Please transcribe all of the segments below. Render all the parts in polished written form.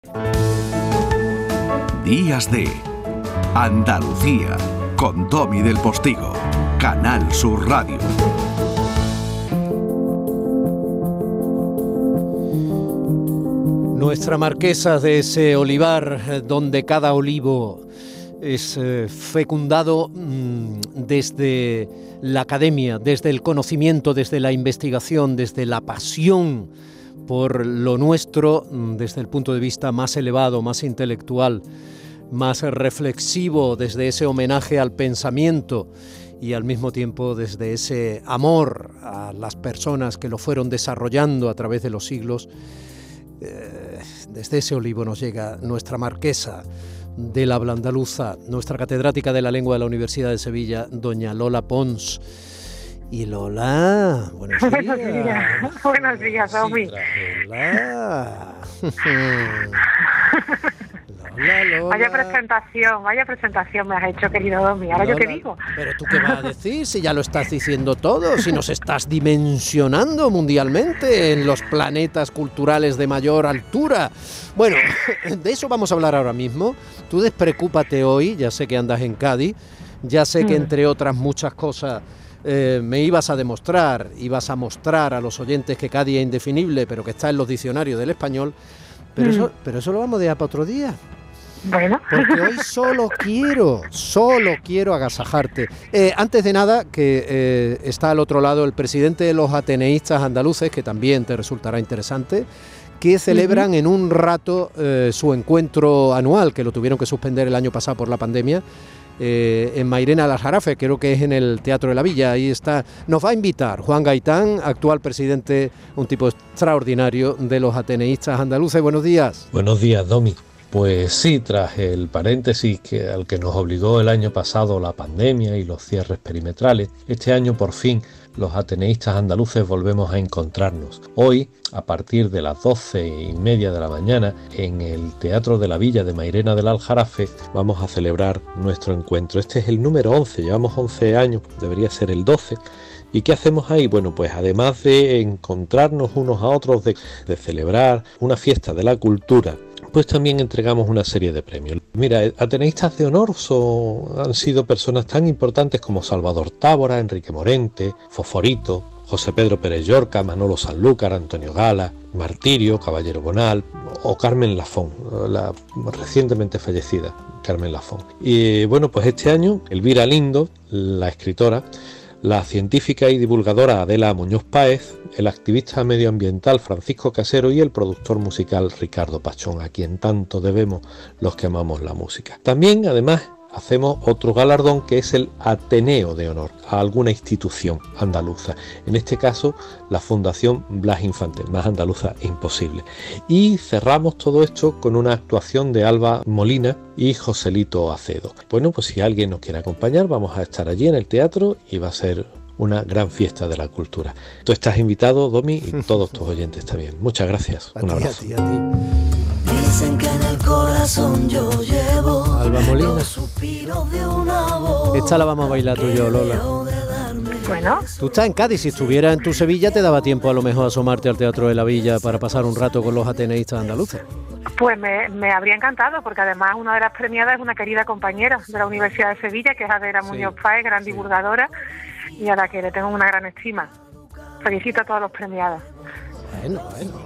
Días de Andalucía con Domi del Postigo, Canal Sur Radio. Nuestra marquesa de ese olivar donde cada olivo es fecundado desde la academia, desde el conocimiento, desde la investigación, desde la pasión por lo nuestro, desde el punto de vista más elevado, más intelectual, más reflexivo, desde ese homenaje al pensamiento y al mismo tiempo desde ese amor a las personas que lo fueron desarrollando a través de los siglos. Desde ese olivo nos llega nuestra marquesa del habla andaluza, nuestra catedrática de la lengua de la Universidad de Sevilla, doña Lola Pons. Y Lola, buenos días. Buenos días, Domi. Lola. Lola. Vaya presentación me has hecho, querido Domi. ¿Ahora Lola, yo qué digo? Pero tú qué vas a decir si ya lo estás diciendo todo, si nos estás dimensionando mundialmente en los planetas culturales de mayor altura. Bueno, de eso vamos a hablar ahora mismo. Tú despreocúpate hoy, ya sé que andas en Cádiz, ya sé que entre otras muchas cosas me ibas a mostrar a los oyentes que Cádiz es indefinible, pero que está en los diccionarios del español, pero eso lo vamos a dejar para otro día. Bueno. Porque hoy solo quiero agasajarte. Antes de nada, que está al otro lado el presidente de los ateneístas andaluces, que también te resultará interesante, que celebran en un rato su encuentro anual, que lo tuvieron que suspender el año pasado por la pandemia, en Mairena del Aljarafe, creo que es en el Teatro de la Villa. Ahí está, nos va a invitar Juan Gaitán, actual presidente, un tipo extraordinario de los ateneístas andaluces. Buenos días. Buenos días, Domi. Pues sí, tras el paréntesis al que nos obligó el año pasado la pandemia y los cierres perimetrales, este año por fin los ateneístas andaluces volvemos a encontrarnos. Hoy, a partir de las 12:30 de la mañana, en el Teatro de la Villa de Mairena del Aljarafe, vamos a celebrar nuestro encuentro. Este es el número 11, llevamos 11 años, debería ser el 12. ¿Y qué hacemos ahí? Bueno, pues además de encontrarnos unos a otros, de celebrar una fiesta de la cultura, pues también entregamos una serie de premios. Mira, ateneístas de honor han sido personas tan importantes como Salvador Tábora, Enrique Morente, Fosforito, José Pedro Pérez Llorca, Manolo Sanlúcar, Antonio Gala, Martirio, Caballero Bonal o Carmen Lafón, la recientemente fallecida Carmen Lafón. Y bueno, pues este año Elvira Lindo, la escritora, la científica y divulgadora Adela Muñoz Páez, el activista medioambiental Francisco Casero y el productor musical Ricardo Pachón, a quien tanto debemos los que amamos la música. También, además, hacemos otro galardón que es el Ateneo de Honor a alguna institución andaluza. En este caso, la Fundación Blas Infante, más andaluza imposible. Y cerramos todo esto con una actuación de Alba Molina y Joselito Acedo. Bueno, pues si alguien nos quiere acompañar, vamos a estar allí en el teatro y va a ser una gran fiesta de la cultura. Tú estás invitado, Domi, y todos tus oyentes también. Muchas gracias. Un abrazo. A ti. Dicen que en el corazón yo llevo Alba Molina. los suspiros de una voz. Esta la vamos a bailar tú y yo, Lola. Bueno. Tú estás en Cádiz, si estuvieras en tu Sevilla te daba tiempo a lo mejor asomarte al Teatro de la Villa para pasar un rato con los ateneístas andaluces. Pues me habría encantado, porque además una de las premiadas es una querida compañera de la Universidad de Sevilla, que es Adela Muñoz Páez, gran divulgadora, y a la que le tengo una gran estima. Felicito a todos los premiados. Bueno.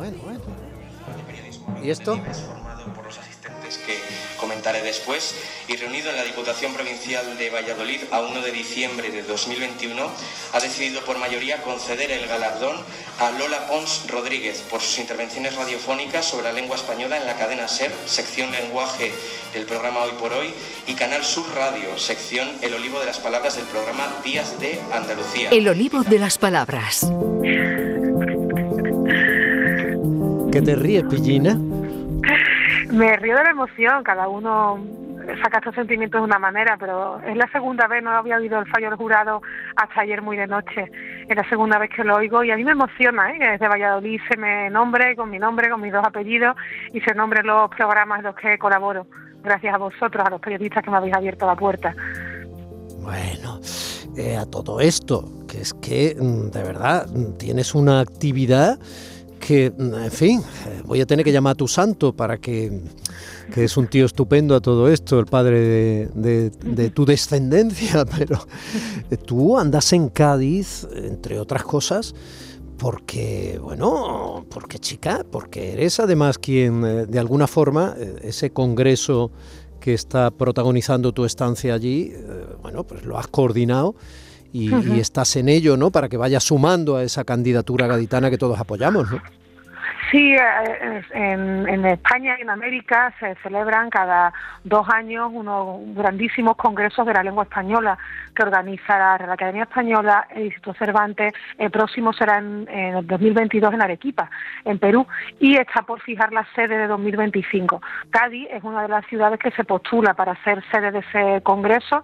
¿Y esto? Formado por los asistentes que comentaré después y reunido en la Diputación Provincial de Valladolid a 1 de diciembre de 2021, ha decidido por mayoría conceder el galardón a Lola Pons Rodríguez por sus intervenciones radiofónicas sobre la lengua española en la cadena SER, sección lenguaje del programa Hoy por Hoy, y Canal Sur Radio, sección El Olivo de las Palabras del programa Días de Andalucía. El Olivo de las Palabras. ¿Qué te ríes, Pillina? Me río de la emoción, cada uno saca estos sentimientos de una manera, pero es la segunda vez, no había oído el fallo del jurado hasta ayer muy de noche, es la segunda vez que lo oigo y a mí me emociona, que desde Valladolid se me nombre, con mis dos apellidos, y se nombren los programas en los que colaboro, gracias a vosotros, a los periodistas que me habéis abierto la puerta. Bueno, a todo esto, que es que de verdad tienes una actividad que, en fin, voy a tener que llamar a tu santo para que es un tío estupendo a todo esto, el padre de tu descendencia, pero tú andas en Cádiz, entre otras cosas, porque eres además quien, de alguna forma, ese congreso que está protagonizando tu estancia allí, pues lo has coordinado y estás en ello, ¿no? Para que vaya sumando a esa candidatura gaditana que todos apoyamos, ¿no? Sí, en España y en América se celebran cada 2 años unos grandísimos congresos de la lengua española que organiza la Academia Española, el Instituto Cervantes. El próximo será en el 2022 en Arequipa, en Perú, y está por fijar la sede de 2025. Cádiz es una de las ciudades que se postula para ser sede de ese congreso.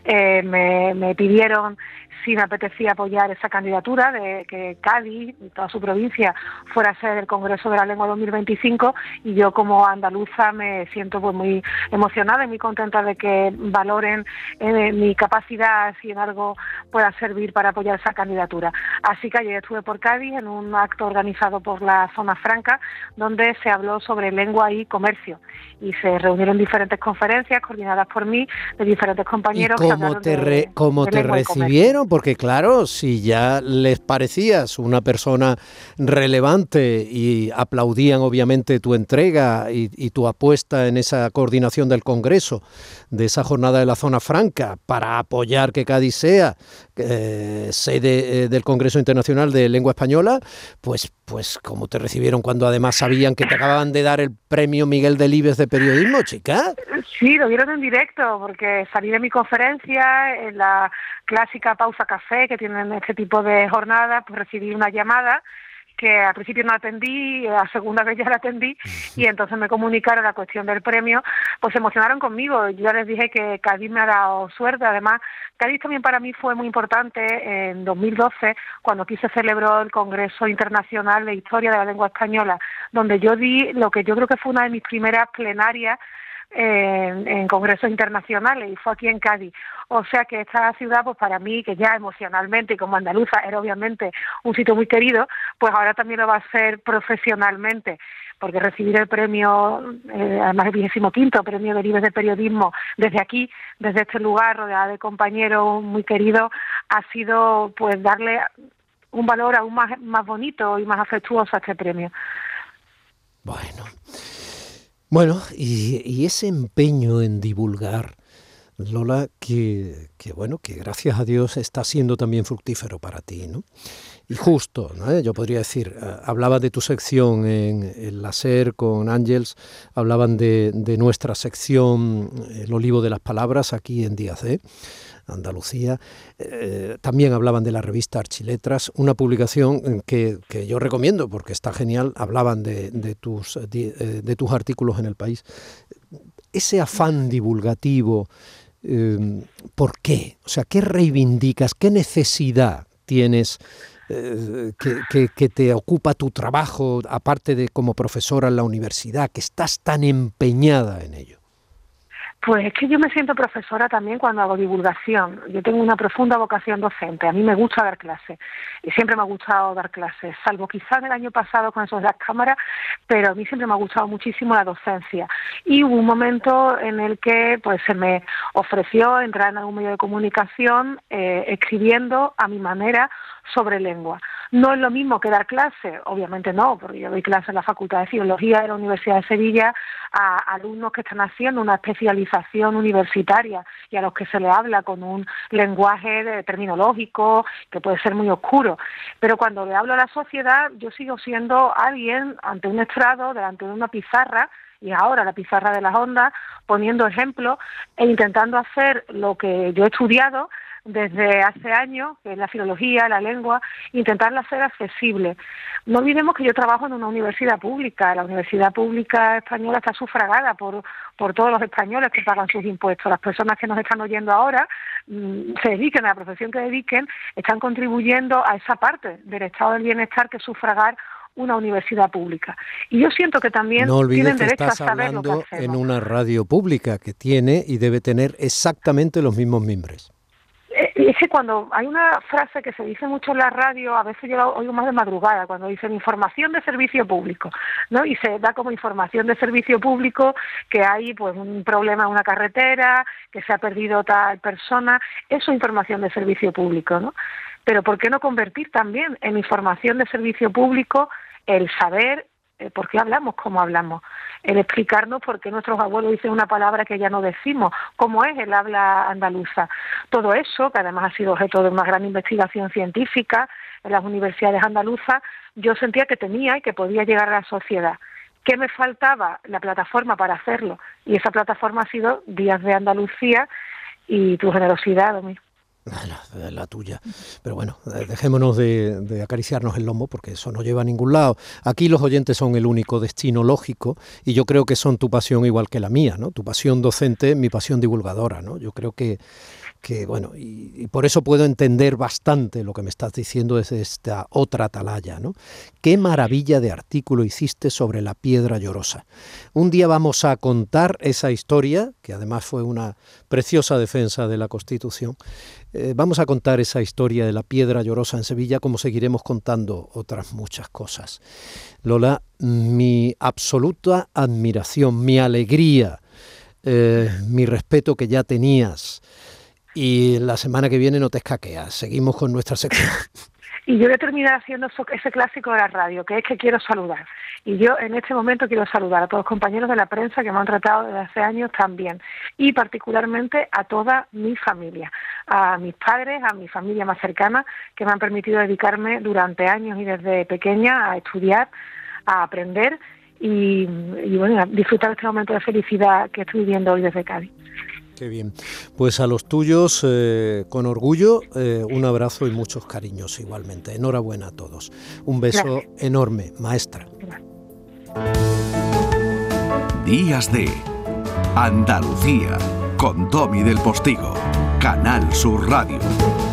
Me pidieron si me apetecía apoyar esa candidatura de que Cádiz y toda su provincia fuera sede del Congreso de la Lengua 2025, y yo como andaluza me siento pues muy emocionada y muy contenta de que valoren mi capacidad, si en algo pueda servir para apoyar esa candidatura. Así que ayer estuve por Cádiz en un acto organizado por la Zona Franca, donde se habló sobre lengua y comercio, y se reunieron diferentes conferencias coordinadas por mí, de diferentes compañeros. ¿Y cómo te recibieron? Porque claro, si ya les parecías una persona relevante y aplaudían obviamente tu entrega y tu apuesta en esa coordinación del Congreso, de esa jornada de la Zona Franca, para apoyar que Cádiz sea sede del Congreso Internacional de Lengua Española, pues ¿cómo te recibieron cuando además sabían que te acababan de dar el premio Miguel Delibes de periodismo, chica? Sí, lo vieron en directo, porque salí de mi conferencia en la clásica pausa café que tienen este tipo de jornadas, pues recibí una llamada que al principio no atendí, a segunda vez ya la atendí, y entonces me comunicaron la cuestión del premio. Pues se emocionaron conmigo. Yo ya les dije que Cádiz me ha dado suerte. Además, Cádiz también para mí fue muy importante en 2012, cuando aquí se celebró el Congreso Internacional de Historia de la Lengua Española, donde yo di lo que yo creo que fue una de mis primeras plenarias en congresos internacionales, y fue aquí en Cádiz. O sea que esta ciudad, pues para mí, que ya emocionalmente y como andaluza era obviamente un sitio muy querido, pues ahora también lo va a ser profesionalmente, porque recibir el premio, además el 25º premio Delibes de periodismo desde aquí, desde este lugar, rodeada de compañeros muy queridos, ha sido pues darle un valor aún más bonito y más afectuoso a este premio. Bueno, y ese empeño en divulgar, Lola, que gracias a Dios está siendo también fructífero para ti, ¿no? Y justo, ¿no? Yo podría decir, hablabas de tu sección en la SER con Ángels, hablaban de nuestra sección El Olivo de las Palabras aquí en Díaz de Andalucía. También hablaban de la revista Archiletras, una publicación que yo recomiendo porque está genial. Hablaban de tus artículos en El País. Ese afán divulgativo, ¿por qué? O sea, ¿qué reivindicas? ¿Qué necesidad tienes que te ocupa tu trabajo, aparte de como profesora en la universidad, que estás tan empeñada en ello? Pues es que yo me siento profesora también cuando hago divulgación. Yo tengo una profunda vocación docente. A mí me gusta dar clases y siempre me ha gustado dar clases, salvo quizás el año pasado con eso de las cámaras, pero a mí siempre me ha gustado muchísimo la docencia. Y hubo un momento en el que pues se me ofreció entrar en algún medio de comunicación escribiendo a mi manera sobre lengua. No es lo mismo que dar clases, obviamente no, porque yo doy clases en la Facultad de Filología de la Universidad de Sevilla a alumnos que están haciendo una especialización universitaria y a los que se les habla con un lenguaje terminológico que puede ser muy oscuro. Pero cuando le hablo a la sociedad, yo sigo siendo alguien ante un estrado, delante de una pizarra, y ahora la pizarra de las ondas, poniendo ejemplos e intentando hacer lo que yo he estudiado desde hace años, que es la filología, la lengua, intentarla hacer accesible. No olvidemos que yo trabajo en una universidad pública. La universidad pública española está sufragada por todos los españoles que pagan sus impuestos. Las personas que nos están oyendo ahora, se dediquen a la profesión que dediquen, están contribuyendo a esa parte del estado del bienestar que es sufragar una universidad pública. Y yo siento que también tienen derecho a saber lo que hacemos. No olvides que estás hablando en una radio pública que tiene y debe tener exactamente los mismos mimbres. Y es que cuando hay una frase que se dice mucho en la radio, a veces yo la oigo más de madrugada, cuando dicen información de servicio público, ¿no? Y se da como información de servicio público que hay pues un problema en una carretera, que se ha perdido tal persona. Eso es información de servicio público, ¿no? Pero ¿por qué no convertir también en información de servicio público el saber por qué hablamos como hablamos, el explicarnos por qué nuestros abuelos dicen una palabra que ya no decimos, cómo es el habla andaluza? Todo eso, que además ha sido objeto de una gran investigación científica en las universidades andaluzas, yo sentía que tenía y que podía llegar a la sociedad. ¿Qué me faltaba? La plataforma para hacerlo. Y esa plataforma ha sido Días de Andalucía y tu generosidad, Domi. La tuya. Pero bueno, dejémonos de acariciarnos el lomo porque eso no lleva a ningún lado. Aquí los oyentes son el único destino lógico y yo creo que son tu pasión igual que la mía, ¿no? Tu pasión docente, mi pasión divulgadora, ¿no? Yo creo que bueno, y por eso puedo entender bastante lo que me estás diciendo desde esta otra atalaya, ¿no? Qué maravilla de artículo hiciste sobre la piedra llorosa. Un día vamos a contar esa historia, que además fue una preciosa defensa de la Constitución. Vamos a contar esa historia de la piedra llorosa en Sevilla, como seguiremos contando otras muchas cosas. Lola, mi absoluta admiración, mi alegría, mi respeto que ya tenías. Y la semana que viene no te escaqueas. Seguimos con nuestra sección. Y yo voy a terminar haciendo ese clásico de la radio, que es que quiero saludar. Y yo en este momento quiero saludar a todos los compañeros de la prensa que me han tratado desde hace años también. Y particularmente a toda mi familia, a mis padres, a mi familia más cercana, que me han permitido dedicarme durante años y desde pequeña a estudiar, a aprender y bueno, a disfrutar de este momento de felicidad que estoy viviendo hoy desde Cádiz. Qué bien. Pues a los tuyos, con orgullo, un abrazo y muchos cariños igualmente. Enhorabuena a todos. Un beso enorme, maestra. Días de Andalucía, con Domi del Postigo, Canal Sur Radio.